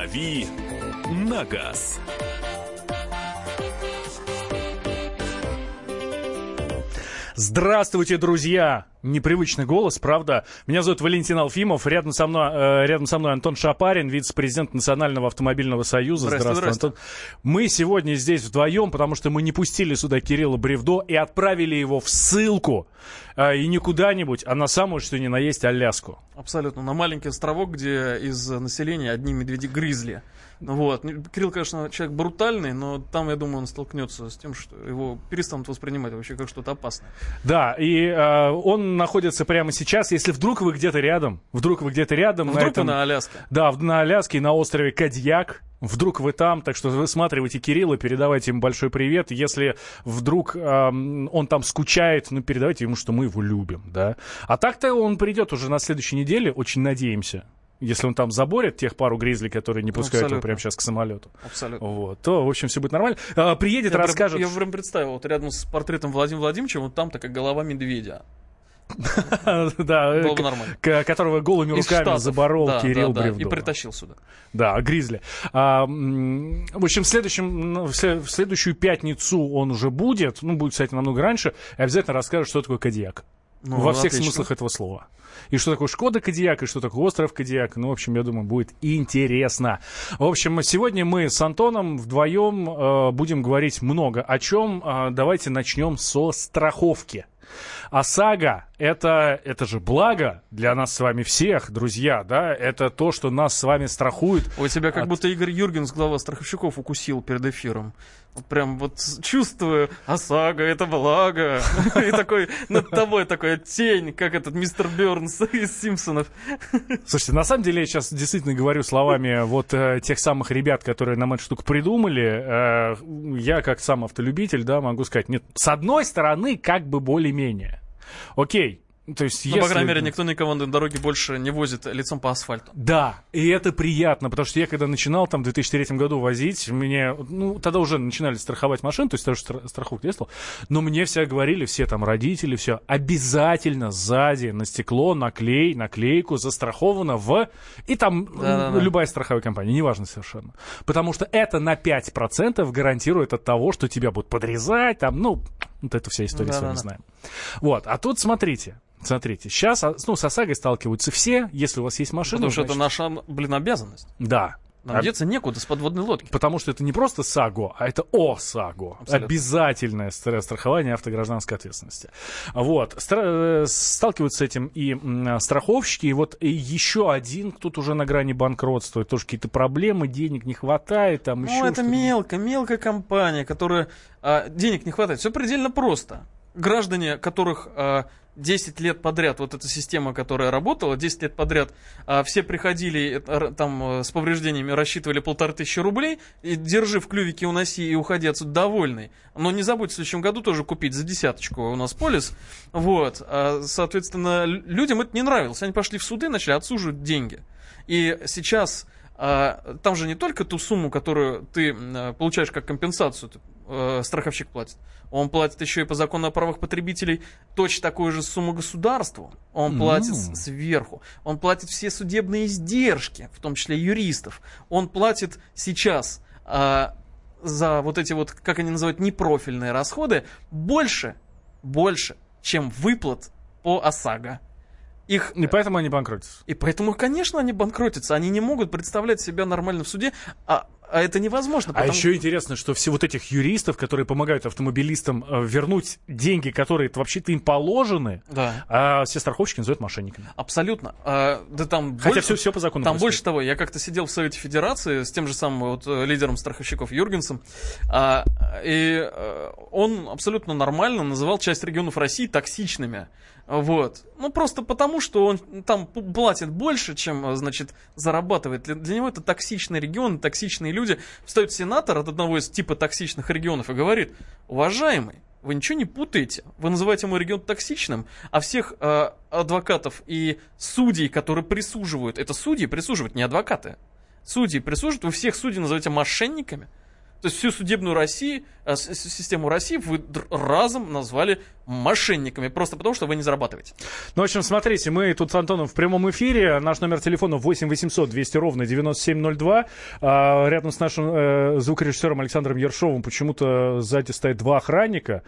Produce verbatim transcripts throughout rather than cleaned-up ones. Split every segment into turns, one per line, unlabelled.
«Дави на газ».
Здравствуйте, друзья! Непривычный голос, правда? Меня зовут Валентин Алфимов. Рядом со мной, э, рядом со мной Антон Шапарин, вице-президент Национального автомобильного союза.
Здравствуйте,
Здравствуй,
здравствуйте.
Антон. Мы сегодня здесь вдвоем, потому что мы не пустили сюда Кирилла Бревдо и отправили его в ссылку. Э, и не куда-нибудь, а на самую, что ни на есть, Аляску.
Абсолютно. На маленький островок, где из населения одни медведи-гризли. Вот. Кирилл, конечно, человек брутальный, но там, я думаю, он столкнется с тем, что его перестанут воспринимать вообще как что-то опасное.
Да, и э, он находится прямо сейчас. Если вдруг вы где-то рядом, вдруг вы где-то рядом...
Вдруг
на этом,
вы на Аляске.
Да, на Аляске, на острове Кадьяк. Вдруг вы там, так что высматривайте Кирилла, передавайте ему большой привет. Если вдруг э, он там скучает, ну, передавайте ему, что мы его любим, да. А так-то он придет уже на следующей неделе, очень надеемся. Если он там заборет тех пару гризли, которые не пускают
Абсолютно.
его прямо сейчас к самолету.
Абсолютно.
Вот, то, в общем, все будет нормально. А, приедет,
я
расскажет...
Прям, я прям представил, вот рядом с портретом Владимира Владимировича, вот там такая голова медведя.
Да,
Было бы нормально.
Которого голыми руками заборол Кирилл Бревдо.
И притащил сюда.
Да, гризли. А, в общем, в, следующем, в следующую пятницу он уже будет, ну, будет, кстати, намного раньше, и обязательно расскажет, что такое Кадьяк.
Ну,
во всех
отлично.
смыслах этого слова. И что такое Шкода Кодиак, и что такое остров Кодиак. Ну, в общем, я думаю, будет интересно. В общем, сегодня мы с Антоном вдвоем э, будем говорить много о чем. Э, давайте начнем со страховки. ОСАГО это, это же благо для нас с вами всех, друзья, да? Это то, что нас с вами страхует.
Ой, тебя как
от...
будто Игорь Юргенс, глава страховщиков, укусил перед эфиром. Вот прям вот чувствую, ОСАГО это благо. И такой над тобой такая тень, как этот мистер Бёрнс из Симпсонов.
Слушайте, на самом деле я сейчас действительно говорю словами вот э, тех самых ребят, которые нам эту штуку придумали. Э, я, как сам автолюбитель, да, могу сказать, нет, с одной стороны, как бы более-менее. Окей. То есть,
ну,
если...
по крайней мере, никто никого на дороге больше не возит лицом по асфальту.
Да, и это приятно, потому что я когда начинал там в две тысячи третьем году возить, мне, ну, тогда уже начинали страховать машину, то есть тоже стра- страховку действовал, но мне все говорили, все там родители, все, обязательно сзади на стекло наклей, наклейку застраховано в... И там
Да-да-да.
любая страховая компания, неважно совершенно. Потому что это на пять процентов гарантирует от того, что тебя будут подрезать, там, ну, вот эту вся история с вами знаем. Вот, а тут смотрите. Смотрите, сейчас, ну, с ОСАГОй сталкиваются все, если у вас есть машина.
Потому что
значит...
это наша, блин, обязанность.
Да.
Нам деться некуда с подводной лодки.
Потому что это не просто САГО, а это ОСАГО. Абсолютно. Обязательное страхование автогражданской ответственности. Вот. Стра- сталкиваются с этим и м, страховщики. И вот и еще один, тут уже на грани банкротства. Тоже какие-то проблемы, денег не хватает. Там
ну,
еще
это
что-то.
мелко, мелкая компания, которая... А, денег не хватает. Все предельно просто. Граждане, которых... А, десять лет подряд, вот эта система, которая работала, десять лет подряд а, все приходили там с повреждениями, рассчитывали полторы тысячи рублей, и держи в клювике, уноси и уходи отсюда довольный. Но не забудь в следующем году тоже купить за десяточку у нас полис. Вот. А, соответственно, людям это не нравилось. Они пошли в суды, начали отсуживать деньги. И сейчас... А, там же не только ту сумму, которую ты а, получаешь как компенсацию, а, страховщик платит. Он платит еще и по закону о правах потребителей точно такую же сумму государству. Он mm-hmm. платит сверху. Он платит все судебные издержки, в том числе юристов. Он платит сейчас а, за вот эти вот, как они называют, непрофильные расходы больше, больше, чем выплат по ОСАГО. Их...
И поэтому они банкротятся.
И поэтому, конечно, они банкротятся. Они не могут представлять себя нормально в суде, а, а это невозможно.
Потому... А еще интересно, что все вот этих юристов, которые помогают автомобилистам э, вернуть деньги, которые вообще-то им положены,
да.
а все страховщики называют мошенниками.
Абсолютно. А, да там
Хотя
больше,
все, все по закону.
Там
происходит.
больше того, я как-то сидел в Совете Федерации с тем же самым вот, лидером страховщиков Юргенсом, а, и а, он абсолютно нормально называл часть регионов России токсичными. Вот. Ну, просто потому, что он там платит больше, чем, значит, зарабатывает. Для, для него это токсичный регион, токсичные люди. Встает сенатор от одного из типа токсичных регионов и говорит: уважаемый, вы ничего не путаете. Вы называете мой регион токсичным, а всех э, адвокатов и судей, которые присуживают, это судьи присуживают, не адвокаты. Судьи присуживают, вы всех судей называете мошенниками. То есть всю судебную Россию, э, систему России вы разом назвали мошенниками, просто потому, что вы не зарабатываете.
Ну, в общем, смотрите, мы тут с Антоном в прямом эфире. Наш номер телефона восемь восемьсот двести ровно девяносто семь ноль два. А, рядом с нашим э, звукорежиссером Александром Ершовым почему-то сзади стоит два охранника.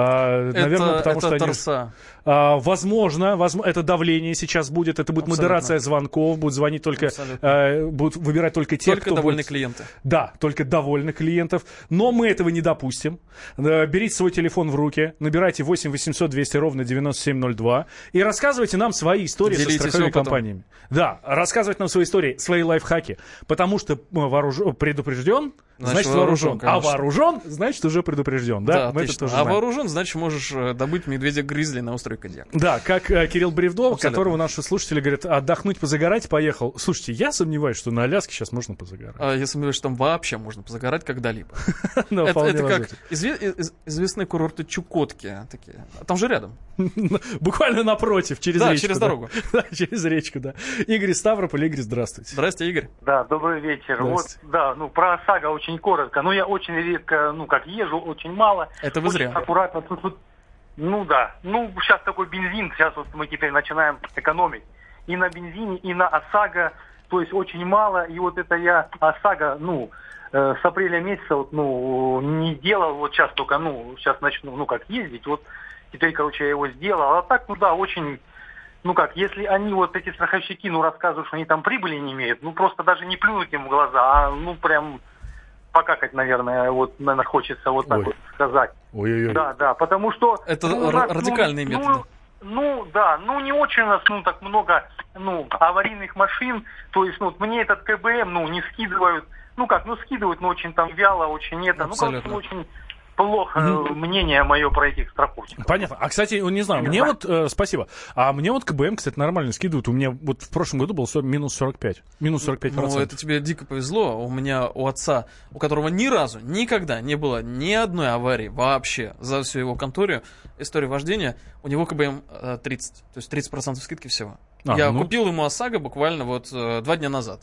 А,
это,
наверное, потому
это
что
торса.
они... А, возможно, возможно, это давление сейчас будет. Это будет
Абсолютно.
Модерация звонков. Будут звонить только... Э, будут выбирать только те,
только
кто
довольные
будет...
клиенты.
Да, только довольных клиентов. Но мы этого не допустим. Э, берите свой телефон в руки. Набирайте восемь восемьсот двести ровно девяносто семь ноль два и рассказывайте нам свои истории
Делитесь
со страховыми
опытом.
компаниями. Да, рассказывайте нам свои истории, свои лайфхаки, потому что вооружен, предупрежден, значит, значит вооружен.
вооружен
А вооружен, значит, уже предупрежден. Да,
да
мы это тоже
а
знаем.
вооружен, значит, можешь э, добыть медведя-гризли на острове Кадьяк.
Да, как э, Кирилл Бревдов,
Абсолютно.
которого наши слушатели говорят, отдохнуть, позагорать, поехал. Слушайте, я сомневаюсь, что на Аляске сейчас можно позагорать.
А я сомневаюсь, что там вообще можно позагорать когда-либо.
Ну,
Это
вполне
это как
возможно.
изве- из- известные курорты Чукотки. Такие. А там же рядом.
Буквально напротив, через
Да,
речку.
через
да.
дорогу.
Да, через речку, да. Игорь из Ставрополя. Игорь, здравствуйте.
Здрасте, Игорь.
Да, добрый вечер.
Здрасте.
Вот, да, ну про ОСАГО очень коротко. Ну, я очень редко, ну, как езжу, очень мало.
Это вы
Очень
зря.
аккуратно. Тут, тут, ну, да. Ну, сейчас такой бензин, сейчас вот мы теперь начинаем экономить. И на бензине, и на ОСАГО, то есть очень мало. И вот это я ОСАГО, ну, э, с апреля месяца, вот, ну, не делал. Вот сейчас только, ну, сейчас начну, ну, как ездить. Вот теперь, короче, я его сделал. А так, ну, да, очень... Ну как, если они, вот эти страховщики, ну, рассказывают, что они там прибыли не имеют, ну, просто даже не плюнуть им в глаза, а, ну, прям покакать, наверное, вот, наверное, хочется вот так
Ой.
вот сказать.
Ой-ой-ой.
Да, да, потому что...
Это
ну, у
р-
нас,
радикальные
ну,
методы.
Ну, ну, да, ну, не очень у нас, ну, так много, ну, аварийных машин, то есть, ну, вот мне этот КБМ, ну, не скидывают, ну, как, ну, скидывают, но очень там вяло, очень это,
Абсолютно.
ну, короче, очень... Плохо
Мгм.
мнение мое про этих страховщиков.
Понятно. А, кстати, не знаю,
Не
мне
знаю.
вот, э, спасибо, а мне вот КБМ, кстати, нормально скидывают. У меня вот в прошлом году было со- минус сорок пять. Минус сорок пять
Ну,
процентов.
это тебе дико повезло. У меня, у отца, у которого ни разу, никогда не было ни одной аварии вообще за всю его конторию, историю вождения, у него КБМ э, тридцать, то есть тридцать процентов скидки всего.
А,
Я
ну.
купил ему ОСАГО буквально вот э, два дня назад.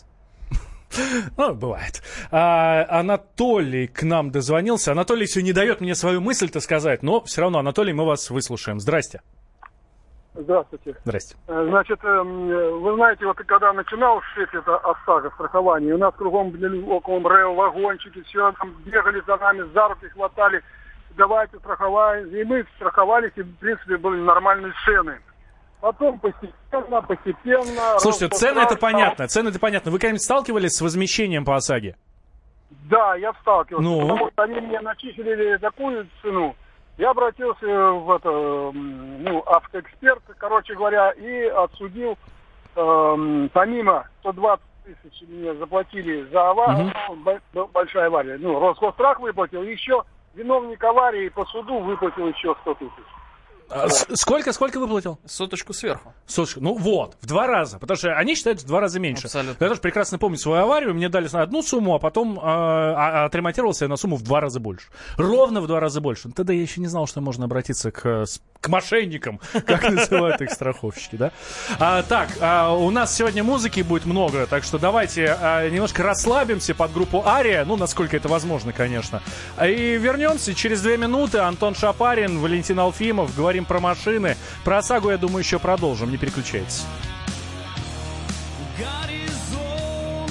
Ну, бывает. А, Анатолий к нам дозвонился. Анатолий все не дает мне свою мысль-то сказать, но все равно, Анатолий, мы вас выслушаем. Здрасте.
Здравствуйте.
Здрасте.
Э, Значит, эм, вы знаете, вот когда начинал шить это ОСАГО, страхование, у нас кругом были около МРЭО вагончики, все там бегали за нами, за руки хватали, давайте страховать. И мы страховались, и в принципе были нормальные цены. Потом постепенно, постепенно...
Слушайте,
рост
цены это
стал-
понятно, цены это понятно. Вы когда-нибудь сталкивались с возмещением по ОСАГе?
Да, я сталкивался,
Ну?
потому что они мне начислили такую цену. Я обратился в это, м, ну, автоэксперт, короче говоря, и отсудил, эм, помимо сто двадцать тысяч мне заплатили за аварию, бо- большая авария, ну, Росгосстрах выплатил, еще виновник аварии по суду выплатил еще сто тысяч.
А, с- сколько, сколько выплатил?
Соточку сверху.
Слушай, ну вот, в два раза, потому что они считают в два раза меньше.
Абсолютно.
Я тоже прекрасно помню свою аварию, мне дали на одну сумму, а потом э, а- отремонтировался я на сумму в два раза больше. Ровно в два раза больше. Тогда я еще не знал, что можно обратиться к, э, с- к мошенникам, как называют их страховщики, да? А, так, а, у нас сегодня музыки будет много, так что давайте а, немножко расслабимся под группу Ария, ну, насколько это возможно, конечно. И вернемся через две минуты. Антон Шапарин, Валентин Алфимов, говорим про машины. Про ОСАГО, я думаю, еще продолжим. Не переключайтесь.
Горизонт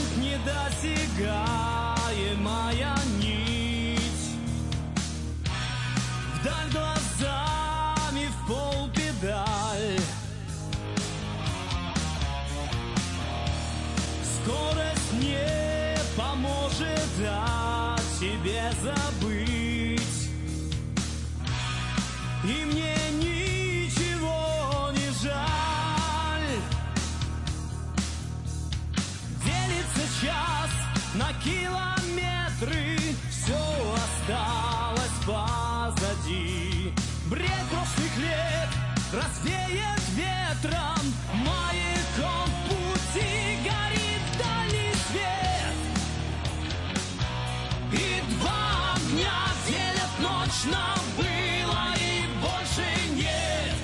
недосягаемая нить, вдаль глазами в полпедаль. Скорость не поможет о тебе забыть, и мне ничего не жаль. Делится час на километры, все осталось позади. Бред прошлых лет развеет ветром, маяком в пути горит дальний свет. И два дня делят ночь на было и больше нет.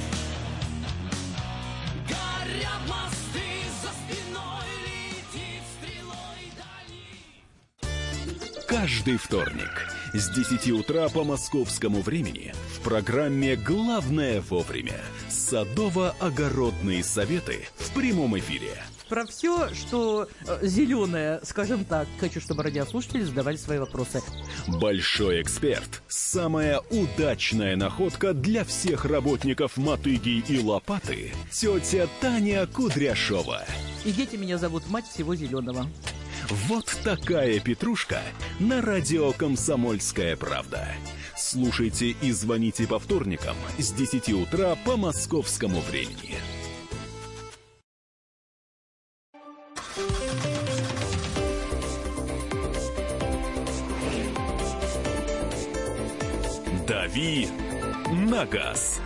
Горят мосты, за спиной летит стрелой дальний.
Каждый вторник С десяти утра по московскому времени в программе «Главное вовремя» садово-огородные советы в прямом эфире.
Про все, что э, зеленое, скажем так. Хочу, чтобы радиослушатели задавали свои вопросы.
Большой эксперт. Самая удачная находка для всех работников мотыги и лопаты. Тетя Таня Кудряшова.
И дети меня зовут мать всего зеленого.
Вот такая петрушка на радио «Комсомольская правда». Слушайте и звоните по вторникам с десяти утра по московскому времени. «Дави на газ».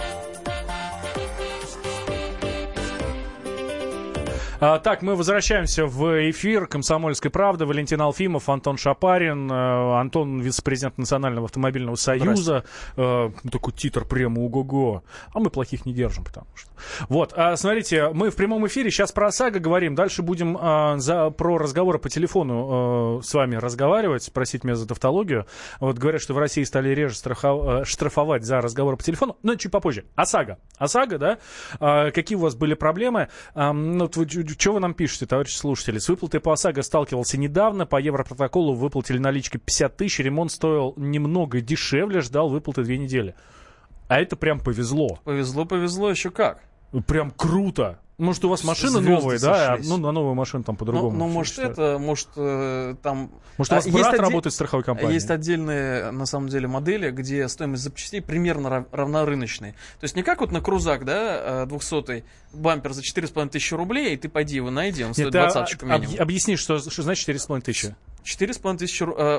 А, так, мы возвращаемся в эфир «Комсомольской правды». Валентин Алфимов, Антон Шапарин. Э, Антон, вице-президент Национального автомобильного союза. Э, такой титр прямо ого-го. А мы плохих не держим, потому что... Вот, а, смотрите, мы в прямом эфире сейчас про ОСАГО говорим. Дальше будем а, за, про разговоры по телефону а, с вами разговаривать, просить меня за тавтологию. Вот говорят, что в России стали реже страхов... штрафовать за разговоры по телефону. Но чуть попозже. ОСАГО. ОСАГО, да? А, какие у вас были проблемы? А, ну, вот вы, что вы нам пишете, товарищи слушатели? С выплатой по ОСАГО сталкивался недавно. По Европротоколу выплатили наличкой пятьдесят тысяч. Ремонт стоил немного дешевле. Ждал выплаты две недели. А это прям повезло.
Повезло, повезло, еще как.
Прям круто. Может, у вас машины
Звезды
новые, да?
сошлись.
Ну, на новую машину там по-другому.
Ну, ну может,
считают.
это, может, э, там...
Может, у вас
а,
брат
есть
работает
отдель...
в страховой компании?
Есть отдельные, на самом деле, модели, где стоимость запчастей примерно рав... равна рыночной. То есть не как вот на крузак, да, двухсотый бампер за четыре с половиной тысячи рублей, и ты пойди его найди, он стоит двадцаточку
об...
минимум.
Объясни, что, что значит четыре с половиной тысячи?
четыре с половиной тысячи рублей.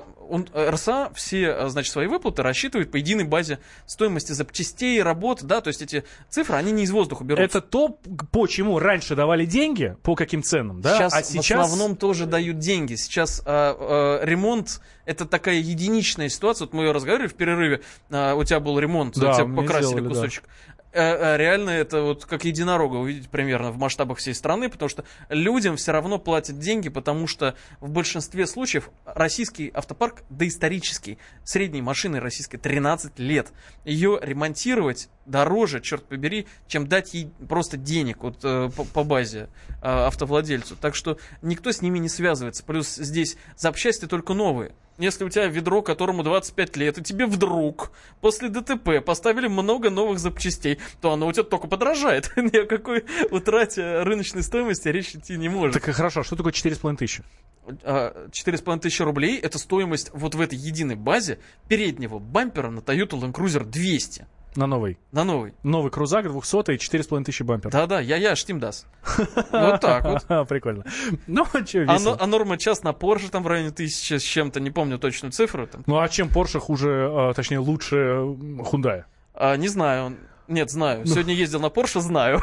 РСА все, значит, свои выплаты рассчитывает по единой базе стоимости запчастей, работ, да, то есть эти цифры, они не из воздуха берутся.
Это то, почему раньше давали деньги, по каким ценам, да?
Сейчас,
а сейчас
в основном тоже дают деньги. Сейчас а, а, ремонт — это такая единичная ситуация. Вот мы разговаривали в перерыве, а, у тебя был ремонт,
да,
тебя покрасили
сделали,
кусочек. Да. Реально это вот как единорога увидеть примерно в масштабах всей страны, потому что людям все равно платят деньги, потому что в большинстве случаев российский автопарк доисторический. Средней машины российской тринадцать лет. Ее ремонтировать дороже, черт побери, чем дать ей просто денег вот, э, по, по базе э, автовладельцу. Так что никто с ними не связывается. Плюс здесь запчасти только новые. Если у тебя ведро, которому двадцать пять лет, и тебе вдруг после ДТП поставили много новых запчастей, то оно у тебя только подорожает. Ни о какой утрате рыночной стоимости речь идти не может.
Так и хорошо, что такое четыре с половиной тысячи?
четыре с половиной тысячи рублей — это стоимость вот в этой единой базе переднего бампера на Toyota Land Cruiser двести.
На новый?
На новый.
Новый крузак, двухсотый, четыре с половиной тысячи бампер.
Да-да, я-я, штимдас. Вот так вот.
Прикольно. Ну, а что,
весело. А, а норма час на Porsche там в районе тысячи с чем-то, не помню точную цифру. Там.
Ну, а чем Porsche хуже, точнее, лучше Hyundai?
А, не знаю. Нет, знаю.
Ну.
Сегодня ездил на Porsche, знаю.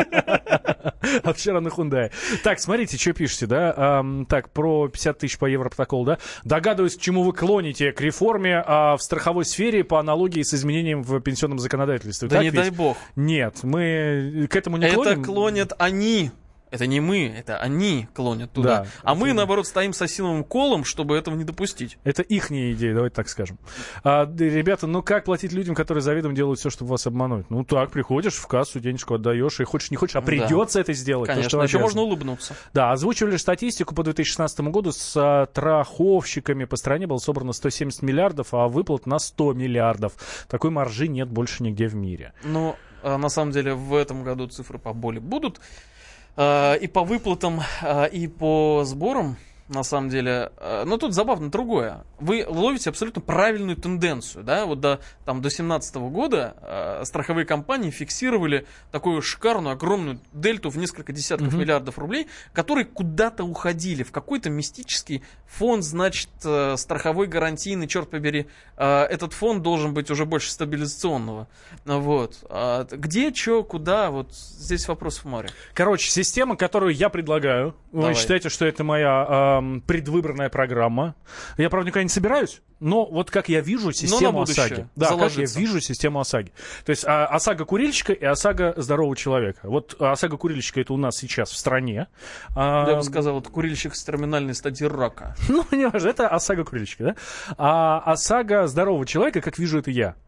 А вчера на Hyundai. Так, смотрите, что пишете, да? А, так, про пятьдесят тысяч по Европротоколу, да? Догадываюсь, к чему вы клоните, к реформе а, в страховой сфере по аналогии с изменением в пенсионном законодательстве.
Да
так
не
ведь?
дай бог.
Нет, мы к этому не
это
клоним.
Это клонят они. Это не мы, это они клонят туда.
Да,
а мы, наоборот, стоим с осиновым колом, чтобы этого не допустить.
Это ихняя идея, давайте так скажем. А, да, ребята, ну как платить людям, которые заведомо делают все, чтобы вас обмануть? Ну так, приходишь в кассу, денежку отдаешь, и хочешь не хочешь, а придется да. это сделать.
Конечно,
то,
еще можно улыбнуться.
Да, озвучивали статистику по две тысячи шестнадцатому году. С страховщиками по стране было собрано сто семьдесят миллиардов, а выплат на сто миллиардов. Такой маржи нет больше нигде в мире.
Ну, на самом деле, в этом году цифры поболее будут. И по выплатам, и по сборам, на самом деле. Но тут забавно другое. Вы ловите абсолютно правильную тенденцию. Да? Вот до, там, до две тысячи семнадцатого года страховые компании фиксировали такую шикарную, огромную дельту в несколько десятков mm-hmm. миллиардов рублей, которые куда-то уходили в какой-то мистический фонд, значит, страховой гарантийный, черт побери. Этот фонд должен быть уже больше стабилизационного. Вот. Где, что, куда, вот здесь вопросов море.
Короче, система, которую я предлагаю,
Давай.
Вы считаете, что это моя э, предвыборная программа. Я, правда, никогда не собираюсь, но вот как я вижу систему ОСАГО. Да,
заложится.
как я вижу систему ОСАГО. То есть а, ОСАГО курильщика и ОСАГО здорового человека. Вот ОСАГО курильщика это у нас сейчас в стране. А,
Я бы сказал, вот курильщик с терминальной стадии рака.
ну, не важно, это ОСАГО курильщика, да? А ОСАГО здорового человека, как вижу это я.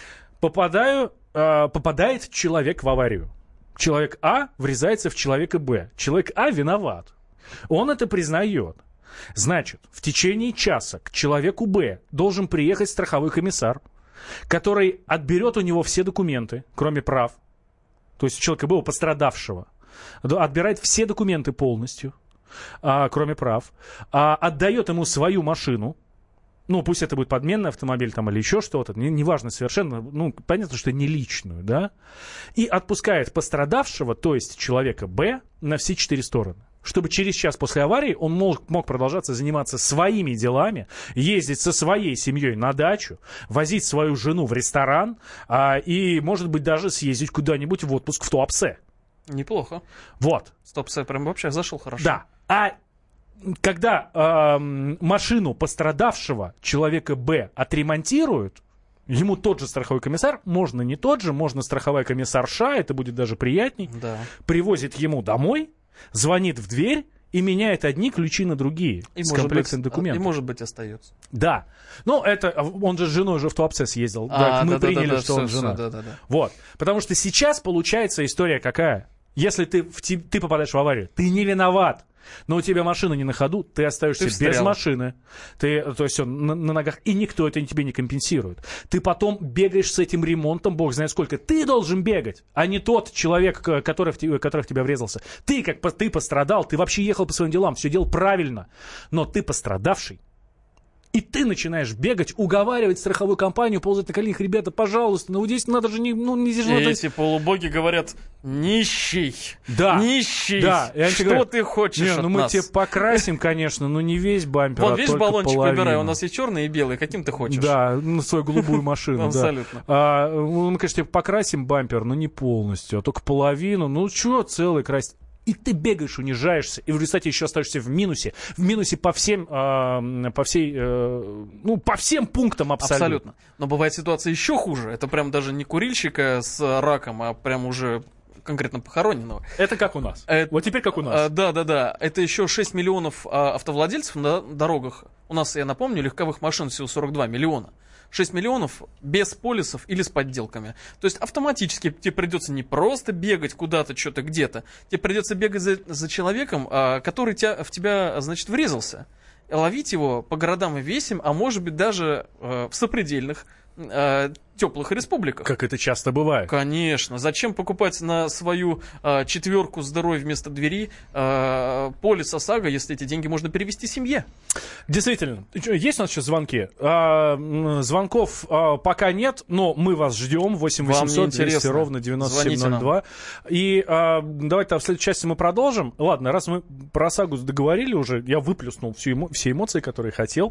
Попадаю, э, попадает человек в аварию. Человек А врезается в человека Б. Человек А виноват. Он это признает. Значит, в течение часа к человеку Б должен приехать страховой комиссар, который отберет у него все документы, кроме прав. То есть у человека Б, у пострадавшего, отбирает все документы полностью, а, кроме прав, а, отдает ему свою машину. Ну, пусть это будет подменный автомобиль там, или еще что-то, не, неважно совершенно, ну, понятно, что не личную, да, и отпускает пострадавшего, то есть человека Б, на все четыре стороны. Чтобы через час после аварии он мог, мог продолжаться заниматься своими делами, ездить со своей семьей на дачу, возить свою жену в ресторан а, и, может быть, даже съездить куда-нибудь в отпуск в Туапсе.
Неплохо.
Вот.
Туапсе прям вообще зашел хорошо.
Да. А когда э, машину пострадавшего человека Б отремонтируют, ему тот же страховой комиссар, можно не тот же, можно страховой комиссарша, это будет даже приятней,
Да.
привозит ему домой, звонит в дверь и меняет одни ключи на другие
И
с
может
комплектом
быть,
документов.
И может быть остается.
Да. Ну, это он же с женой уже в Туапсе съездил. Да,
А,
мы
да, да,
приняли,
да, да,
что
всё,
он
всё,
жена.
да, да, да.
Вот. Потому что сейчас получается история какая? Если ты, в те- ты попадаешь в аварию, ты не виноват. Но у тебя машина не на ходу, ты остаешься
Ты
без
встрял.
машины. Ты, то есть он на, на ногах, и никто это тебе не компенсирует. Ты потом бегаешь с этим ремонтом, бог знает сколько. Ты должен бегать, а не тот человек, к- который в, те- который в тебя врезался. Ты как по- ты пострадал, ты вообще ехал по своим делам, все делал правильно. Но ты пострадавший. И ты начинаешь бегать, уговаривать страховую компанию, ползать на коленях. Ребята, пожалуйста, ну здесь надо же не... Ну, не здесь же
И
надо-
эти полубоги говорят: нищий,
Да.
нищий,
Да, и они
что
говорят,
ты хочешь
Не,
от
ну мы
нас?
тебе покрасим, конечно, но не весь бампер,
Вон,
а
видишь,
только
баллончик
половину.
выбирай, у нас есть черный и белый, каким ты хочешь?
Да, на свою голубую машину, да.
Абсолютно.
А, ну, мы, конечно, тебе покрасим бампер, но не полностью, а только половину. Ну, что целый красить? И ты бегаешь, унижаешься, и в результате еще остаешься в минусе. В минусе по всем, э, по всей, э, ну, по всем пунктам абсолютно.
Абсолютно. Но бывает ситуация еще хуже. Это прям даже не курильщика с раком, а прям уже конкретно похороненного.
Это как у нас.
Это-
Вот теперь как у нас.
А, да, да, да. Это еще шесть миллионов а, автовладельцев на дорогах. У нас, я напомню, легковых машин всего сорок два миллиона. шесть миллионов без полисов или с подделками. То есть автоматически тебе придется не просто бегать куда-то, что-то где-то. Тебе придется бегать за, за человеком, а, который тебя, в тебя, значит, врезался. Ловить его по городам и весям, а может быть даже э, в сопредельных э, теплых республиках.
Как это часто бывает.
Конечно. Зачем покупать на свою э, четверку здоровья вместо двери э, полис ОСАГО, если эти деньги можно перевести семье?
Действительно. Есть у нас сейчас звонки? А, м, звонков а, пока нет, но мы вас ждем. восемь
Вам не
восемьсот двести
интересно?
ровно девяносто семь
Звоните
ноль два. И а, давайте а в следующей части мы продолжим. Ладно, раз мы про ОСАГО договорили уже, я выплюснул всю эмо- все эмоции, которые хотел.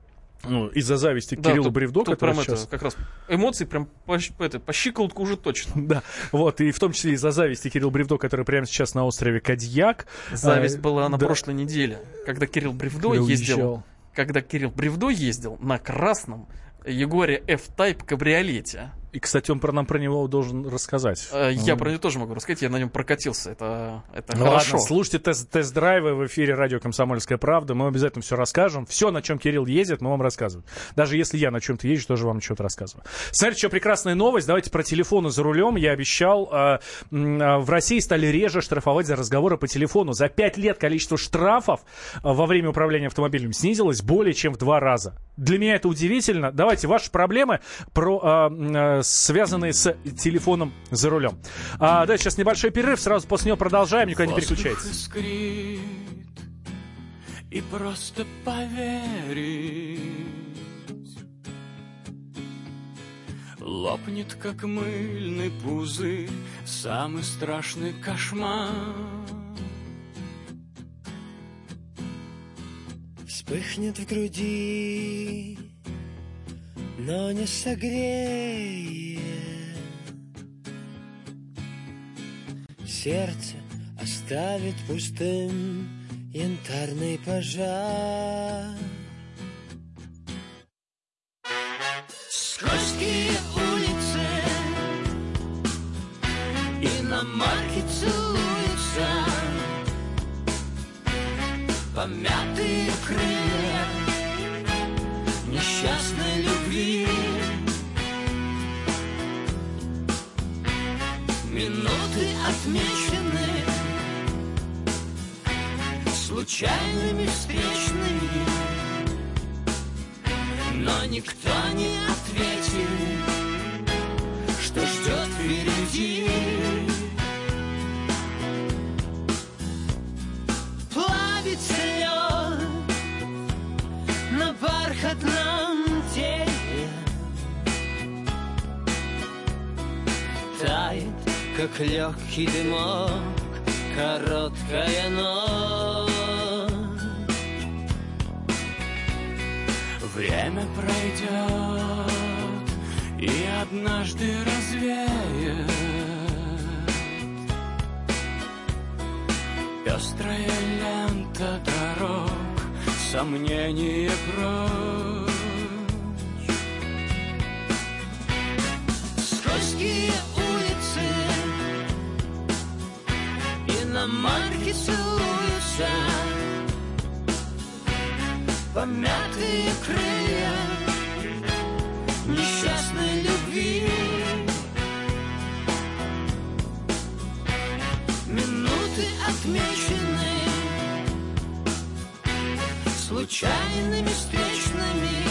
Ну, из-за зависти к
Да,
Кириллу
тут-
Бревдо,
тут
который
прям
сейчас...
это, как раз эмоции прям по, щ- по это, по щиколотку уже точно.
Да, вот, и в том числе из-за зависти Кирилла Бревдо, который прямо сейчас на острове Кадьяк.
Зависть
А,
была на
да.
прошлой неделе, когда Кирилл Бревдо
Когда
ездил,
уезжал.
когда Кирилл Бревдо ездил на красном Ягуаре F-Type кабриолете.
И, кстати, он про нам про него должен рассказать.
Э, Я
Он-
про него тоже могу рассказать, я на нем прокатился, это, это
Ну
хорошо.
ладно, слушайте тест- тест-драйвы в эфире радио «Комсомольская правда». Мы обязательно все расскажем. Все, на чем Кирилл ездит, мы вам рассказываем. Даже если я на чем-то езжу, тоже вам что-то рассказываю. Смотрите, что прекрасная новость. Давайте про телефоны за рулем. Я обещал, э, м, э, в России стали реже штрафовать за разговоры по телефону. За пять лет количество штрафов э, во время управления автомобилем снизилось более чем в два раза. Для меня это удивительно. Давайте ваши проблемы, про, э, э, связанные с телефоном за рулем. А, да, сейчас небольшой перерыв, сразу после него продолжаем, никуда не переключайтесь.
Воздух искрит, и просто поверить лопнет, как мыльный пузырь, самый страшный кошмар.
Вспыхнет в груди, но не согреет. Сердце оставит пустым янтарный пожар.
Скользкие улицы, иномарки целуются, помятые крылья несчастной любви. Минуты отмечены случайными встречными, но никто не ответил, что ждет впереди. Плавится лед на бархатном теле,
Тает, как легкий дымок, короткая ночь.
время пройдет и однажды развеет пестрая лента дорог, сомнения прочь. Скользкие улицы, иномарки целуются, помятые крылья несчастной любви. Минуты отмечены случайными встречными,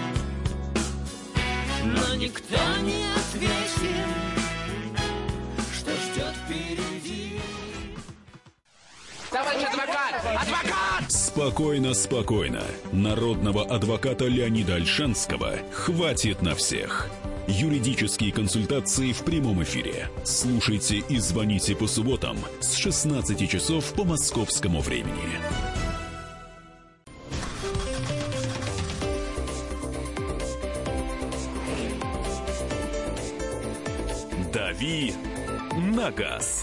но никто не ответил, что ждет впереди.
Товарищ адвокат! Адвокат!
Спокойно, спокойно. Народного адвоката Леонида Ольшанского хватит на всех. Юридические консультации в прямом эфире. Слушайте и звоните по субботам с шестнадцати часов по московскому времени. «Дави на газ».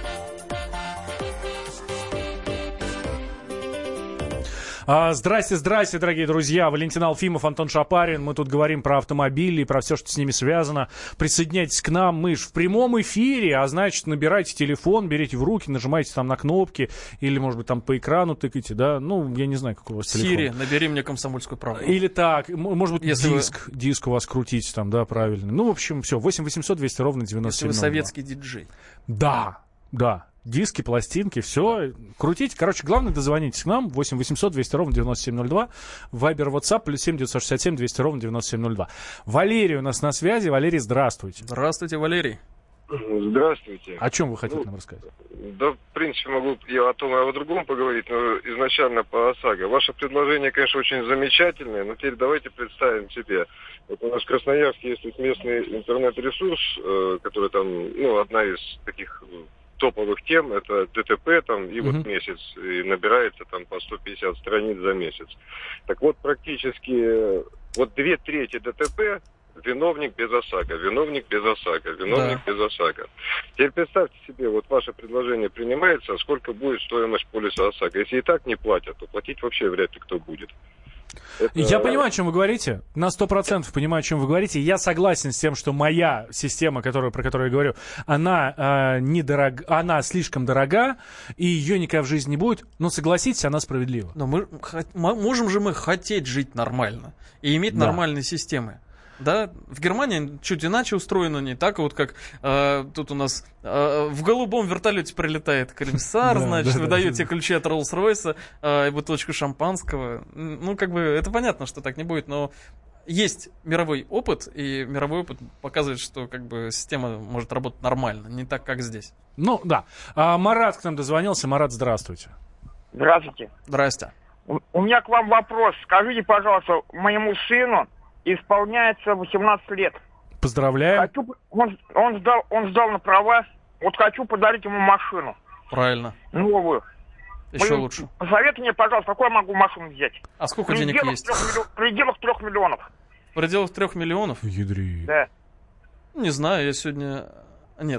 А, здрасте, здрасте, дорогие друзья. Валентин Алфимов, Антон Шапарин. Мы тут говорим про автомобили, про все, что с ними связано. Присоединяйтесь к нам. Мы же в прямом эфире, а значит, набирайте телефон, берите в руки, нажимайте там на кнопки или, может быть, там по экрану тыкайте, да? Ну, я не знаю, какой у вас телефон.
Сири, набери мне «Комсомольскую правду».
Или так, может быть,
Если
диск, вы... диск у вас крутите там, да, правильно. Ну, в общем, все, восемь восемьсот двести ровно девяносто семь ноль два.
Если вы советский диджей.
Да, да. Диски, пластинки, все. Крутите. Короче, главное, дозвонитесь к нам. восемь восемьсот двести ровно девяносто семь ноль два. Вайбер, WhatsApp, плюс семь девятьсот шестьдесят семь двести ровно девяносто семь ноль два. Валерий у нас на связи. Валерий, здравствуйте.
Здравствуйте, Валерий.
Здравствуйте.
О чем вы хотите
ну,
нам рассказать?
Да, в принципе, могу я о том и о другом поговорить, но изначально по ОСАГО. Ваше предложение, конечно, очень замечательное, но теперь давайте представим себе. Вот у нас в Красноярске есть местный интернет-ресурс, э, который там, ну, одна из таких топовых тем, это ДТП, там, и вот uh-huh. месяц, и набирается там по сто пятьдесят страниц за месяц. Так вот, практически, вот две трети ДТП виновник без ОСАГО, виновник без ОСАГО, виновник да. без ОСАГО. Теперь представьте себе, вот ваше предложение принимается, а сколько будет стоимость полиса ОСАГО. Если и так не платят, то платить вообще вряд ли кто будет. Это...
Я понимаю, о чем вы говорите. На сто процентов понимаю, о чем вы говорите. Я согласен с тем, что моя система, которую, про которую я говорю, она, э, недорог... она слишком дорога, и ее никогда в жизни не будет. Но согласитесь, она справедлива.
Но мы можем же мы хотеть жить нормально и иметь да. нормальные системы. Да, в Германии чуть иначе устроено, не так вот, как э, тут у нас э, в голубом вертолете прилетает комиссар, да, значит, да, вы да, даете да. ключи от Роллс-Ройса э, и бутылочку шампанского. Ну, как бы, это понятно, что так не будет, но есть мировой опыт, и мировой опыт показывает, что как бы система может работать нормально, не так, как здесь.
Ну, да. А Марат к нам дозвонился. Марат, здравствуйте.
Здравствуйте.
Здрасте.
У, у меня к вам вопрос. Скажите, пожалуйста, моему сыну исполняется восемнадцать лет.
Поздравляем.
Хочу, он, он, сдал, он сдал на права. Вот хочу подарить ему машину.
Правильно.
Новую.
Еще
Вы
лучше.
Посоветуйте мне, пожалуйста, какую я могу машину взять?
А сколько
в
денег есть?
В пределах трех миллионов.
В пределах трех миллионов?
Ядри.
Да.
Не знаю, я сегодня... Нет.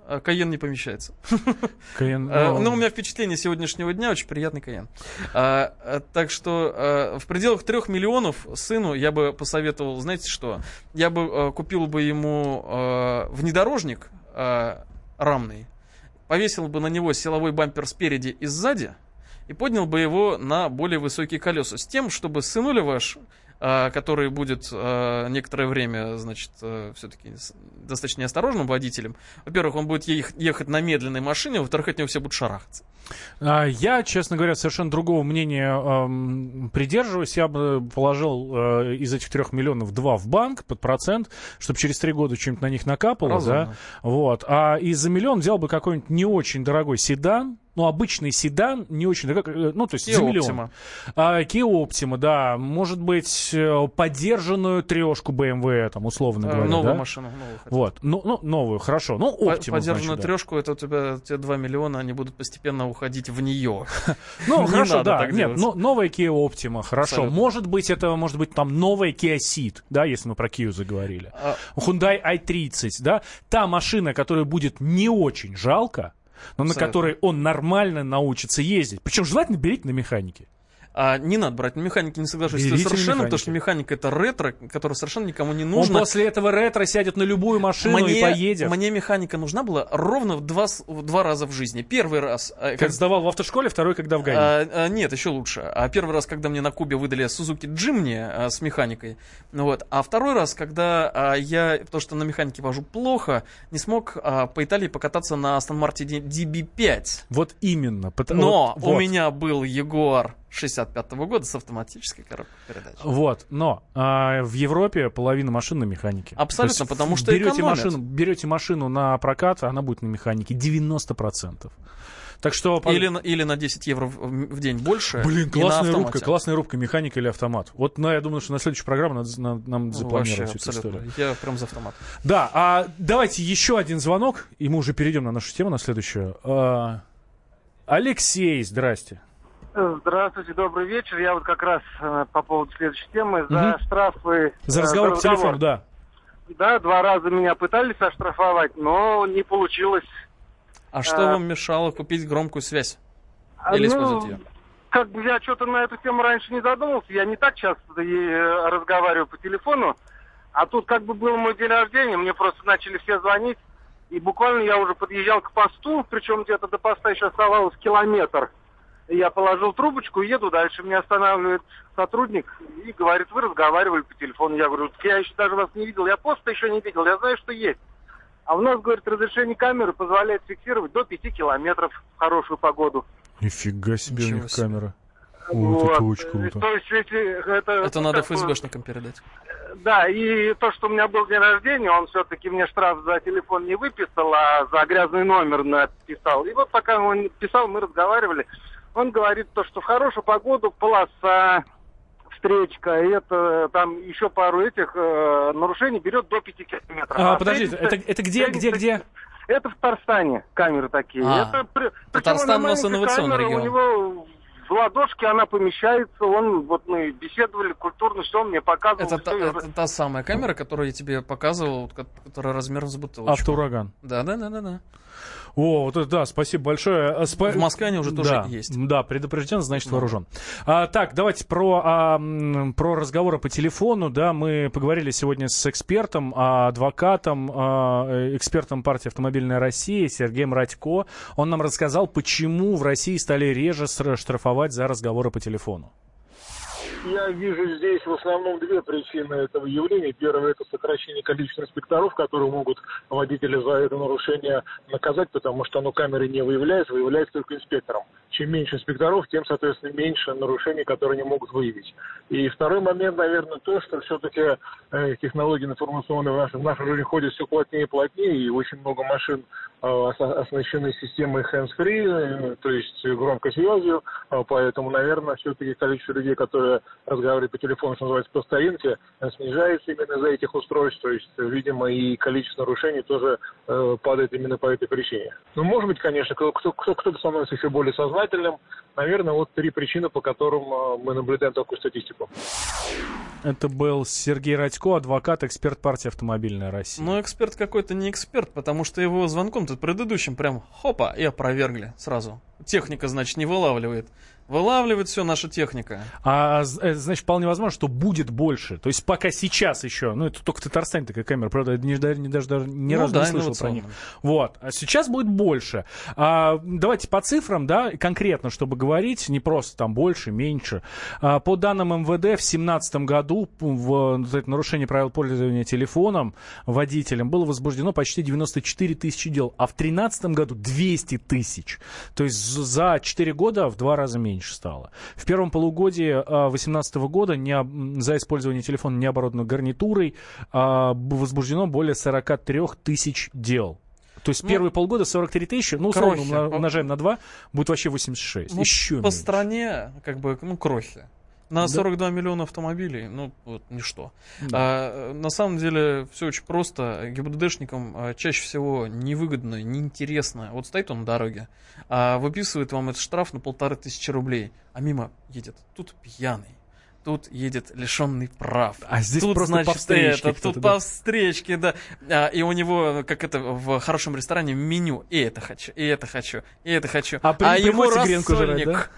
Кайен не помещается.
Кайен,
но... но у меня впечатление сегодняшнего дня очень приятный Кайен. А, а, так что а, в пределах трех миллионов сыну я бы посоветовал, знаете что? Я бы а, купил бы ему а, внедорожник а, рамный, повесил бы на него силовой бампер спереди и сзади и поднял бы его на более высокие колеса, с тем, чтобы сынуля ваш, который будет некоторое время, значит, все-таки достаточно неосторожным водителем. Во-первых, он будет ехать на медленной машине, во-вторых, от него все будут шарахаться.
Я, честно говоря, совершенно другого мнения эм, придерживаюсь. Я бы положил э, из этих трех миллионов два в банк под процент, чтобы через три года что-нибудь на них накапало. Да? Вот. А из за миллион взял бы какой-нибудь не очень дорогой седан. Ну, обычный седан, не очень дорогой, ну, то есть за миллион. А, Kia Optima, да. Может быть, подержанную трешку бэ эм вэ, там, условно говоря.
Новую
да?
машину. Новую
вот. Ну, ну, новую, хорошо. Ну, Optima,
подержанную
значит,
трешку, да. Это у тебя те два миллиона, они будут постепенно уходить в нее.
Ну, хорошо, да. Нет, новая Kia Optima, хорошо. Может быть, это, может быть, там новая Kia Ceed, да, если мы про Kia заговорили. Hyundai ай тридцать, да. Та машина, которая будет не очень жалко, но на которой он нормально научится ездить. Причем желательно берите на механике.
А, не надо брать на механике, не соглашусь. Это совершенно, потому что механика — это ретро, которая совершенно никому не нужна.
Он после этого ретро сядет на любую машину мне, и поедет.
Мне механика нужна была ровно в два, в два раза в жизни. Первый раз...
Как, как сдавал в автошколе, второй, когда в ГАИ.
А, а, нет, еще лучше. А первый раз, когда мне на Кубе выдали Suzuki Jimny а, с механикой. Вот. А второй раз, когда а, я, потому что на механике вожу плохо, не смог а, по Италии покататься на Aston Martin ди би пять.
Вот именно.
Но
вот,
у
вот.
меня был Jaguar шестьдесят пятого года с автоматической коробкой передач.
Вот, но а, в Европе половина машин на механике.
Абсолютно, потому что
берете машину, берете машину на прокат, она будет на механике девяносто процентов. Так что...
Или, на, или на десять евро в, в день больше.
Блин, классная рубка, классная рубка, механика или автомат. Вот, ну, я думаю, что на следующую программу надо, надо нам запланировать эту историю.
Я прям за автомат.
Да, а давайте еще один звонок, и мы уже перейдем на нашу тему, на следующую. А, Алексей, здрасте.
Здравствуйте, добрый вечер. Я вот как раз э, по поводу следующей темы. За
угу.
штрафы...
За разговор, э, за разговор по телефону, да.
Да, два раза меня пытались оштрафовать, но не получилось.
А что а, вам мешало купить громкую связь? Или
ну,
использовать ее?
Как бы я что-то на эту тему раньше не задумывался. Я не так часто и разговариваю по телефону. А тут как бы был мой день рождения, мне просто начали все звонить. И буквально я уже подъезжал к посту, причем где-то до поста еще оставалось километр. Я положил трубочку и еду дальше. Меня останавливает сотрудник и говорит: вы разговаривали по телефону. Я говорю: я еще даже вас не видел, я поста еще не видел, я знаю, что есть. А у нас, говорит, разрешение камеры позволяет фиксировать до пяти километров в хорошую погоду.
Нифига себе у них камера.
Вот.
Вот это очень круто.
То есть, если это,
это надо эф эс бэшникам передать.
Да, и то, что у меня был день рождения, он все-таки мне штраф за телефон не выписал, а за грязный номер написал. И вот пока он писал, мы разговаривали. Он говорит, то, что в хорошую погоду полоса, встречка, это там еще пару этих э, нарушений берет до пяти километров.
А, а подождите, это, это где, где, где?
Это в Татарстане камеры такие.
А,
это,
Татарстан у нас инновационный регион.
У него в ладошке она помещается, он, вот мы беседовали культурно, все он мне показывал.
Это, та, это та самая камера, которую я тебе показывал, которая размером с бутылочку.
Автоураган.
Да, да, да, да, да.
О, вот это да, спасибо большое. Спа...
В Москве они уже тоже
да,
есть.
Да, предупрежден, значит вооружен. А, так, давайте про, а, про разговоры по телефону. Да, мы поговорили сегодня с экспертом, а, адвокатом, а, экспертом партии «Автомобильная Россия» Сергеем Радько. Он нам рассказал, почему в России стали реже штрафовать за разговоры по телефону.
Я вижу здесь в основном две причины этого явления. Первое — это сокращение количества инспекторов, которые могут водителя за это нарушение наказать, потому что оно камеры не выявляется, выявляется только инспектором. Чем меньше инспекторов, тем, соответственно, меньше нарушений, которые они могут выявить. И второй момент, наверное, то, что все-таки э, технологии информационные в нашей, в нашей жизни ходят все плотнее и плотнее, и очень много машин э, оснащены системой hands-free, э, то есть громкой связью, э, поэтому, наверное, все-таки количество людей, которые разговаривают по телефону, что называется, по старинке, снижается именно из-за этих устройств, то есть, видимо, и количество нарушений тоже э, падает именно по этой причине. Ну, может быть, конечно, кто-то, кто-то становится еще более сознательным. Наверное, вот три причины, по которым э, мы наблюдаем такую статистику.
Это был Сергей Радько, адвокат, эксперт партии «Автомобильная Россия».
Но эксперт какой-то не эксперт, потому что его звонком тут предыдущим прям хопа и опровергли сразу. Техника, значит, не вылавливает. Вылавливает все наша техника.
А, значит, вполне возможно, что будет больше. То есть пока сейчас еще, ну это только в Татарстане такая камера, правда, я не, не, даже, даже ни ну, разу да, не слышал про них. Вот. А сейчас будет больше. А, давайте по цифрам, да, конкретно, чтобы говорить, не просто там больше, меньше. А, по данным эм вэ дэ, в две тысячи семнадцатом году в, в нарушение правил пользования телефоном водителем было возбуждено почти девяносто четыре тысячи дел, а в две тысячи тринадцатом году двести тысяч. То есть за четыре года в два раза меньше стало. В первом полугодии две тысячи восемнадцатого года не, за использование телефона необорудованной гарнитурой а, возбуждено более сорок три тысяч дел. То есть ну, первые полгода сорок три тысячи, ну, условно, крохи. Умножаем на два, будет вообще восемьдесят шесть.
Ну,
еще
по
меньше.
Стране, как бы, ну, крохи. На да. сорок два миллиона автомобилей, ну, вот, ничто. Да. А, на самом деле, все очень просто. ГИБДДшникам а, чаще всего невыгодно, неинтересно. Вот стоит он на дороге, а, выписывает вам этот штраф на полторы тысячи рублей, а мимо едет тут пьяный. Тут едет лишенный прав.
А здесь
тут,
просто
значит,
по встречке.
Это, тут
да.
по встречке, да. А, и у него, как это в хорошем ресторане, меню. И это хочу, и это хочу, и это хочу.
А,
а ему рассольник.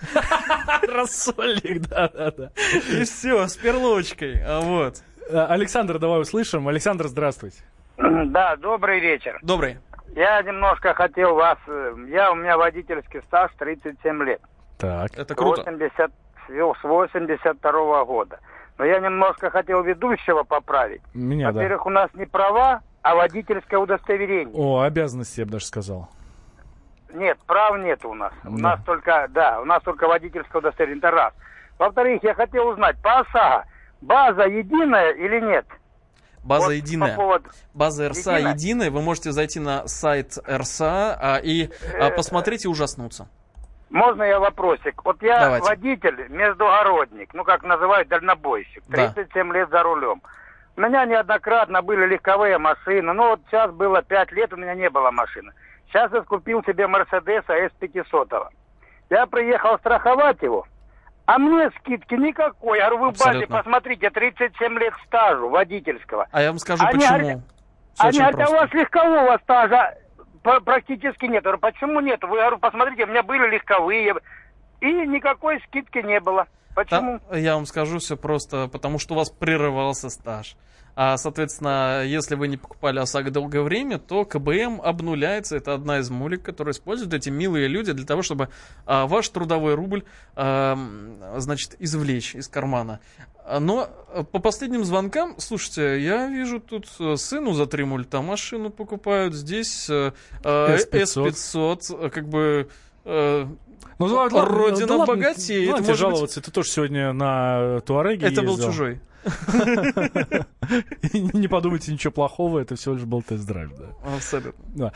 Рассольник, да-да-да.
И все, с перловочкой. Вот.
Александр, давай услышим. Александр, здравствуйте.
Да, добрый вечер.
Добрый.
Я немножко хотел вас... Я, у меня водительский стаж тридцать семь лет.
Так.
Это круто.
восемьдесят с восемьдесят второго года. Но я немножко хотел ведущего поправить.
Меня,
Во-первых,
да.
у нас не права, а водительское удостоверение.
О, обязанности, я бы даже сказал.
Нет, прав нет у нас.
Да.
У нас только, да, у нас только водительское удостоверение. Это раз. Во-вторых, я хотел узнать, по ОСАГО база единая или нет?
База
вот
единая.
По поводу...
База РСА единая. единая. Вы можете зайти на сайт РСА а, и а, посмотреть и ужаснуться.
Можно я вопросик? Вот я
Давайте.
водитель, междугородник, ну как называют, дальнобойщик, тридцать семь да. лет за рулем. У меня неоднократно были легковые машины, ну вот сейчас было пять лет, у меня не было машины. Сейчас я купил себе Мерседеса эс пятьсот. Я приехал страховать его, а мне скидки никакой. Я говорю, вы в базе посмотрите, тридцать семь лет стажу водительского.
А я вам скажу,
они
почему.
Говорят, они говорят, а у вас легкового стажа практически нет. Я говорю, почему нет? Вы, говорю, посмотрите, у меня были легковые, и никакой скидки не было. Почему?
Да, я вам скажу все просто, потому что у вас прерывался стаж. А, соответственно, если вы не покупали ОСАГО долгое время, то КБМ обнуляется. Это одна из мулек, которые используют эти милые люди для того, чтобы а, ваш трудовой рубль, а, значит, извлечь из кармана. Но по последним звонкам, слушайте, я вижу, тут сыну за три мульта машину покупают, здесь э, эс пятьсот, как бы э,
ну, ладно,
родина
да,
богатеет.
Ладно, может жаловаться, быть... ты тоже сегодня на Туареге
Это
ездил.
был чужой.
Не подумайте ничего плохого, это всего лишь был тест-драйв.
Абсолютно.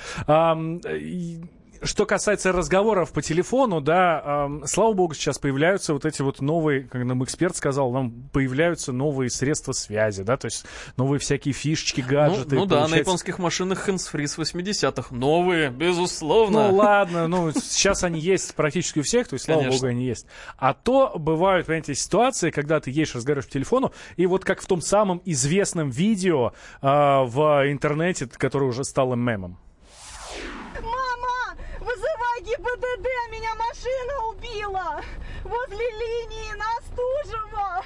Что касается разговоров по телефону, да, э, слава богу, сейчас появляются вот эти вот новые, как нам эксперт сказал, нам появляются новые средства связи, да, то есть новые всякие фишечки, гаджеты.
Ну, ну да, на японских машинах hands-free с восьмидесятых. Новые, безусловно.
Ну ладно, ну сейчас они есть практически у всех, то есть, слава Конечно. богу, они есть. А то бывают, понимаете, ситуации, когда ты едешь, разговариваешь по телефону, и вот как в том самом известном видео э, в интернете, которое уже стало мемом.
Вызывай ГИБДД, меня машина убила возле линии на Остужево.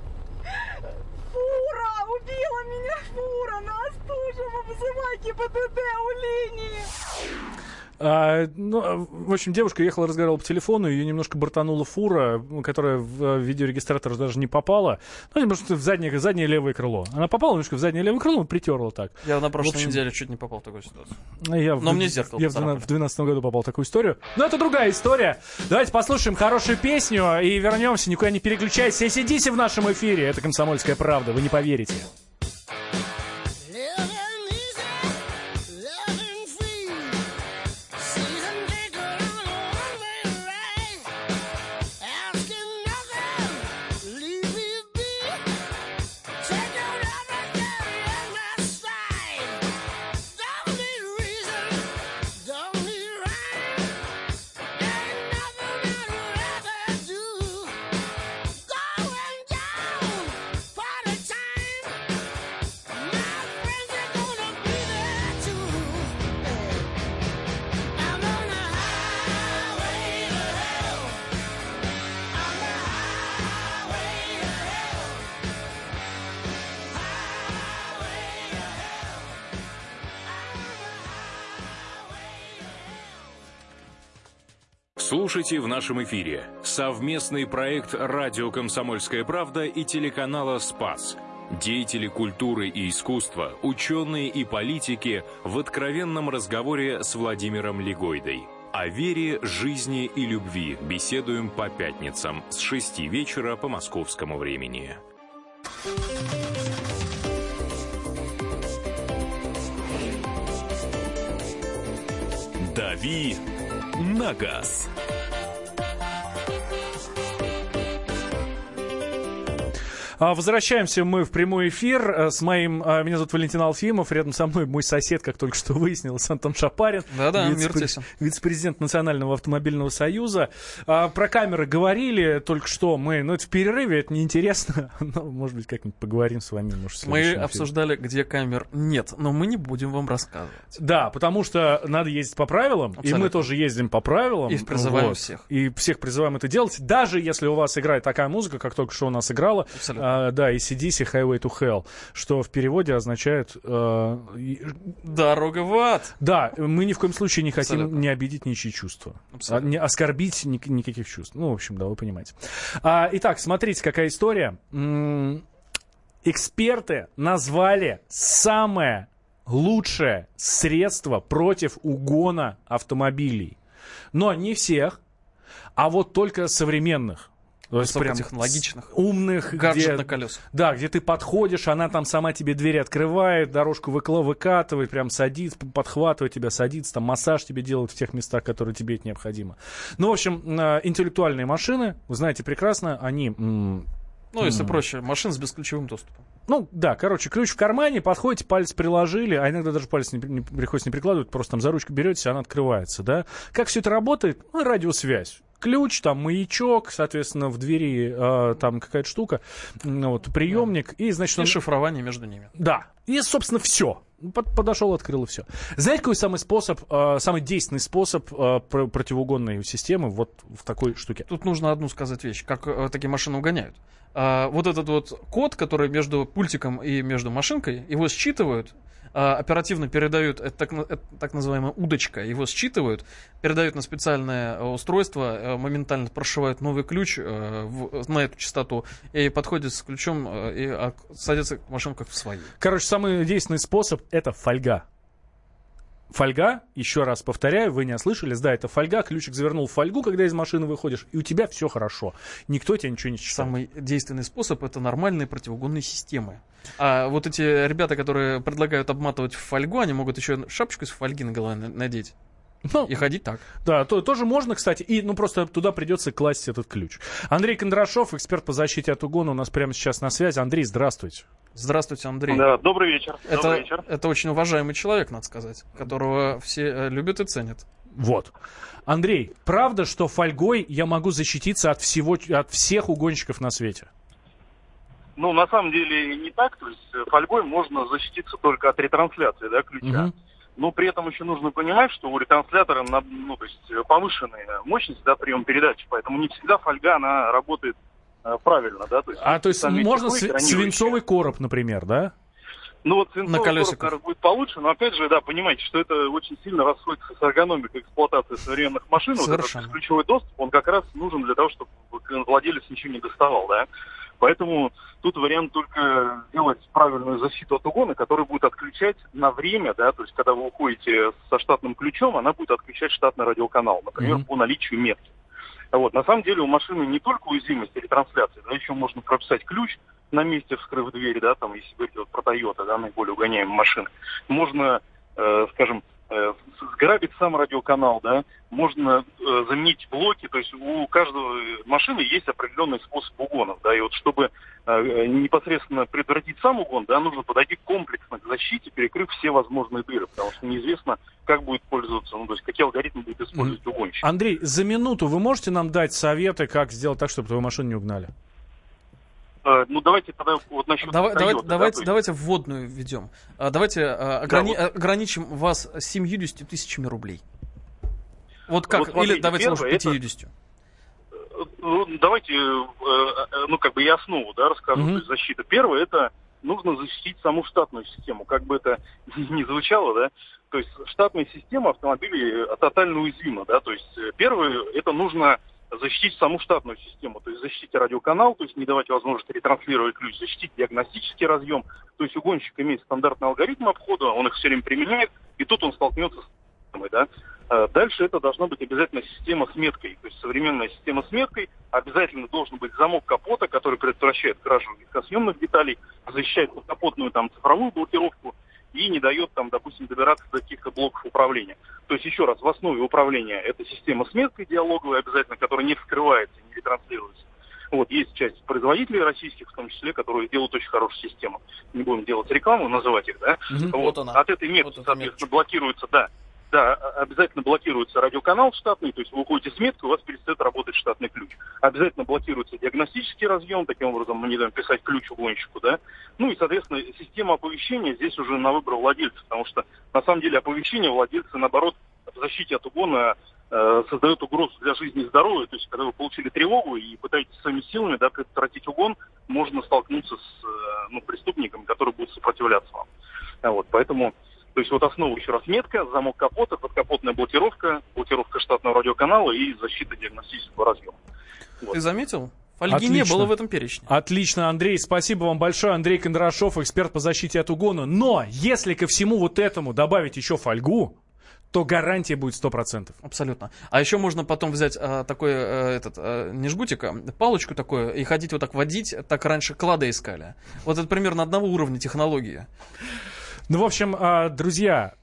Фура, убила меня фура на Остужево. Вызывай ГИБДД у линии.
А, ну, в общем, девушка ехала, разговаривала по телефону, ее немножко бортанула фура, которая в видеорегистратор даже не попала. Ну, потому что в заднее, заднее левое крыло. Она попала немножко в заднее левое крыло, притерла так.
Я на прошлой
общем,
неделе чуть не попал в такую ситуацию.
Я
Но
в,
мне зеркало
Я в две тысячи двенадцатом году попал в такую историю. Но это другая история. Давайте послушаем хорошую песню и вернемся. Никуда не переключайтесь. эй си ди си в нашем эфире. Это «Комсомольская правда». Вы не поверите.
Party Слушайте в нашем эфире совместный проект «Радио Комсомольская правда» и телеканала «Спас». Деятели культуры и искусства, ученые и политики в откровенном разговоре с Владимиром Легойдой. О вере, жизни и любви беседуем по пятницам с шести вечера по московскому времени. «Дави на газ».
Возвращаемся мы в прямой эфир с моим... Меня зовут Валентин Алфимов, рядом со мной мой сосед, как только что выяснилось, Антон Шапарин.
Да-да,
вице- вице-президент Национального автомобильного союза. Про камеры говорили только что мы, но это в перерыве, это неинтересно. Но, может быть, как-нибудь поговорим с вами. Может,
мы обсуждали, где камер нет, но мы не будем вам рассказывать.
Да, потому что надо ездить по правилам, абсолютно. И мы тоже ездим по правилам.
И призываем
вот.
всех.
И всех призываем это делать, даже если у вас играет такая музыка, как только что у нас играла.
Абсолютно.
Uh, да, эй си ди си Highway to Hell, что в переводе означает... Uh,
Дорога в ад.
Да, мы ни в коем случае не хотим
Абсолютно.
не обидеть ничьи чувства. А, не оскорбить ни, никаких чувств. Ну, в общем, да, вы понимаете. Uh, итак, смотрите, какая история. М-м- эксперты назвали самое лучшее средство против угона автомобилей. Но не всех, а вот только современных.
Высокотехнологичных,
умных,
гаджет
где,
на колесах.
Да, где ты подходишь, она там сама тебе двери открывает, дорожку выкла, выкатывает, прям садится, подхватывает тебя, садится, там массаж тебе делает в тех местах, которые тебе это необходимо. Ну, в общем, интеллектуальные машины, вы знаете прекрасно, они...
Ну, если проще, машины с бесключевым доступом.
Ну, да, короче, ключ в кармане, подходите, палец приложили, а иногда даже палец не, не, приходится не прикладывать, просто там за ручку берете, она открывается, да. Как все это работает? Ну, радиосвязь. Ключ, там маячок, соответственно, в двери э, там какая-то штука, ну, вот, приемник, да. И, значит...
И
он...
шифрование между ними.
Да, и, собственно, все. Под, подошел, открыл, и все. Знаете, какой самый способ, э, самый действенный способ э, пр- противоугонной системы вот в такой штуке?
Тут нужно одну сказать вещь, как э, такие машины угоняют. А, вот этот вот код, который между пультиком и между машинкой, его считывают, а, оперативно передают, это так, это так называемая удочка, его считывают, передают на специальное устройство, а, моментально прошивают новый ключ а, в, на эту частоту и подходят с ключом а, и а, садятся к машинам как в свои.
Короче, самый действенный способ — это фольга. Фольга, еще раз повторяю, вы не ослышались, да, это фольга, ключик завернул в фольгу, когда из машины выходишь, и у тебя все хорошо. Никто тебя ничего не считает.
Самый действенный способ — это нормальные противоугонные системы. А вот эти ребята, которые предлагают обматывать в фольгу, они могут еще шапочку из фольги на голову надеть. Ну, и ходить так.
Да, то, тоже можно, кстати. И, ну, просто туда придется класть этот ключ. Андрей Кондрашов, эксперт по защите от угона, у нас прямо сейчас на связи. Андрей, здравствуйте.
Здравствуйте, Андрей.
Да, добрый вечер.
Это,
добрый вечер.
Это очень уважаемый человек, надо сказать, которого все э, любят и ценят.
Вот. Андрей, правда, что фольгой я могу защититься от, всего, от всех угонщиков на свете?
Ну, на самом деле не так. То есть фольгой можно защититься только от ретрансляции, да, ключа. Угу. Но при этом еще нужно понимать, что у ретранслятора, ну, то есть повышенная мощность, да, прием передачи, поэтому не всегда фольга, она работает э, правильно, да. То есть,
а, то есть можно св- свинцовый короб, например, да?
Ну, вот свинцовый короб, наверное, будет получше, но, опять же, да, понимаете, что это очень сильно расходится с эргономикой эксплуатации современных машин. Вот этот ключевой доступ, он как раз нужен для того, чтобы владелец ничего не доставал, да. Поэтому тут вариант только сделать правильную защиту от угона, которая будет отключать на время, да, то есть когда вы уходите со штатным ключом, она будет отключать штатный радиоканал, например, mm-hmm. по наличию метки. Вот. На самом деле у машины не только уязвимость ретрансляции, да, еще можно прописать ключ на месте, вскрыв дверь, да, там, если говорить вот про Toyota, да, наиболее угоняемые машины. Можно, э, скажем, э, сграбить сам радиоканал, да, можно э, заменить блоки, то есть у каждого машины есть определенный способ угонов, да, и вот чтобы э, непосредственно предотвратить сам угон, да, нужно подойти комплексно к защите, перекрыв все возможные дыры, потому что неизвестно, как будет пользоваться, ну, то есть какие алгоритмы будет использовать угонщик.
Андрей, за минуту вы можете нам дать советы, как сделать так, чтобы твою машину не угнали?
Uh, ну, давайте тогда вот насчет
Давай,
Toyota,
давайте,
да,
давайте,
есть...
давайте вводную введем. А, давайте а, ограни...
да, вот.
ограничим вас семьюдесятью тысячами рублей. Вот как?
Вот смотрите,
или давайте, может, пятьюдесятью.
Это... Ну, давайте, ну, как бы и основу, да, расскажу, uh-huh. то есть защита. Первое, это нужно защитить саму штатную систему, как бы это ни звучало, да. То есть штатная система автомобилей тотально уязвима, да. То есть первое, это нужно защитить саму штатную систему, то есть защитить радиоканал, то есть не давать возможности ретранслировать ключ, защитить диагностический разъем. То есть угонщик имеет стандартный алгоритм обхода, он их все время применяет, и тут он столкнется с системой, да. Дальше это должна быть обязательно система с меткой, то есть современная система с меткой, обязательно должен быть замок капота, который предотвращает кражу легкосъемных деталей, защищает подкапотную там цифровую блокировку и не дает там, допустим, добираться до каких-то блоков управления. То есть, еще раз, в основе управления это система с меткой диалоговая обязательно, которая не вскрывается, не ретранслируется. Вот, есть часть производителей российских, в том числе, которые делают очень хорошую систему. Не будем делать рекламу, называть их, да. Mm-hmm. Вот. Вот от этой метки, вот соответственно, блокируется, да, да, обязательно блокируется радиоканал штатный, то есть вы уходите с меткой, у вас перестает работать штатный ключ. Обязательно блокируется диагностический разъем, таким образом мы не даем писать ключ угонщику, да. Ну и, соответственно, система оповещения здесь уже на выбор владельца, потому что, на самом деле, оповещение владельца, наоборот, в защите от угона э, создает угрозу для жизни и здоровья. То есть, когда вы получили тревогу и пытаетесь своими силами, да, предотвратить угон, можно столкнуться с э, ну, преступником, который будет сопротивляться вам. А вот, поэтому... То есть вот основа, еще раз, метка, замок капота, подкапотная блокировка, блокировка штатного радиоканала и защита диагностического разъема. Вот.
Ты заметил? Фольги не было в этом перечне.
Отлично, Андрей, спасибо вам большое. Андрей Кондрашов, эксперт по защите от угона. Но если ко всему вот этому добавить еще фольгу, то гарантия будет сто процентов.
Абсолютно. А еще можно потом взять а, такой, а, этот, а, не жгутик, а палочку такую, и ходить вот так водить, так раньше клады искали. Вот это примерно одного уровня технологии.
Ну, в общем, друзья,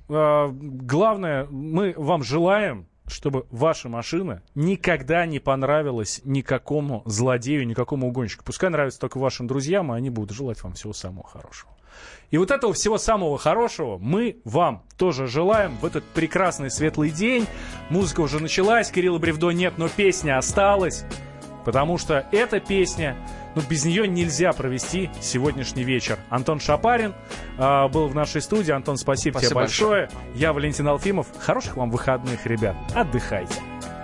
главное, мы вам желаем, чтобы ваша машина никогда не понравилась никакому злодею, никакому угонщику. Пускай нравится только вашим друзьям, и они будут желать вам всего самого хорошего. И вот этого всего самого хорошего мы вам тоже желаем в этот прекрасный светлый день. Музыка уже началась, Кирилла Бревдо нет, но песня осталась. Потому что эта песня, ну, без нее нельзя провести сегодняшний вечер. Антон Шапарин э, был в нашей студии. Антон, спасибо, спасибо тебе большое. большое. Я Валентин Алфимов. Хороших вам выходных, ребят. Отдыхайте.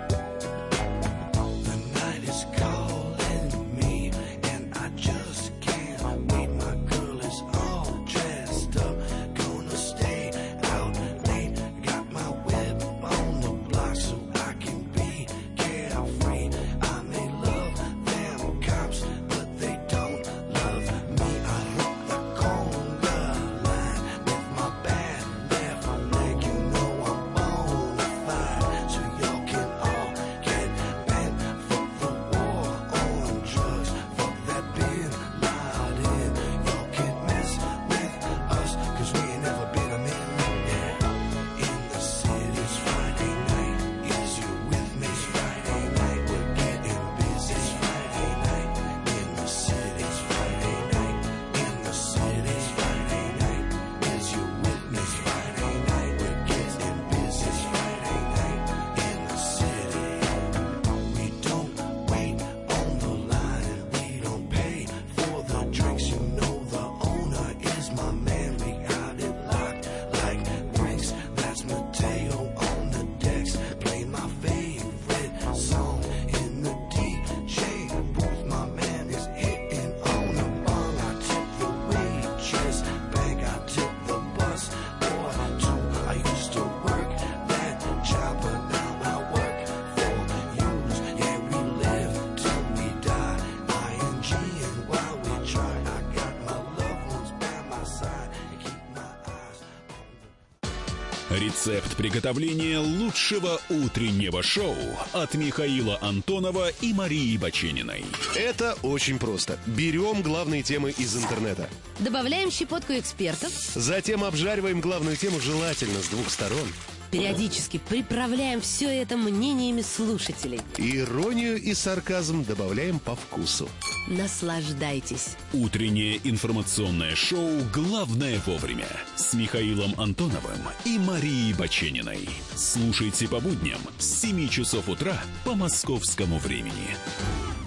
Рецепт приготовления лучшего утреннего шоу от Михаила Антонова и Марии Бачениной.
Это очень просто. Берем главные темы из интернета.
Добавляем щепотку экспертов.
Затем обжариваем главную тему желательно с двух сторон.
Периодически приправляем все это мнениями слушателей.
Иронию и сарказм добавляем по вкусу.
Наслаждайтесь.
Утреннее информационное шоу «Главное вовремя» с Михаилом Антоновым и Марией Бачениной. Слушайте по будням с семи часов утра по московскому времени.